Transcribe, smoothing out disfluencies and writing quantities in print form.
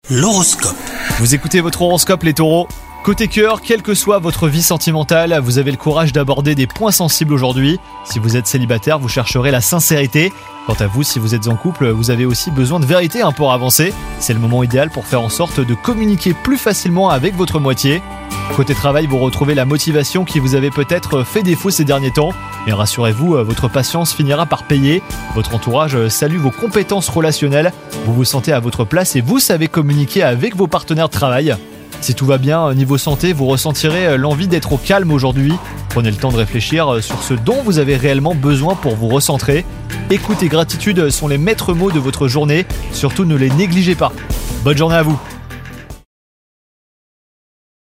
L'horoscope. Vous écoutez votre horoscope les taureaux. Côté cœur, quelle que soit votre vie sentimentale, vous avez le courage d'aborder des points sensibles aujourd'hui. Si vous êtes célibataire, vous chercherez la sincérité. Quant à vous, si vous êtes en couple, vous avez aussi besoin de vérité pour avancer. C'est le moment idéal pour faire en sorte de communiquer plus facilement avec votre moitié. Côté travail, vous retrouvez la motivation qui vous avait peut-être fait défaut ces derniers temps. Mais rassurez-vous, votre patience finira par payer. Votre entourage salue vos compétences relationnelles. Vous vous sentez à votre place et vous savez communiquer avec vos partenaires de travail. Si tout va bien, niveau santé, vous ressentirez l'envie d'être au calme aujourd'hui. Prenez le temps de réfléchir sur ce dont vous avez réellement besoin pour vous recentrer. Écoute et gratitude sont les maîtres mots de votre journée. Surtout ne les négligez pas. Bonne journée à vous.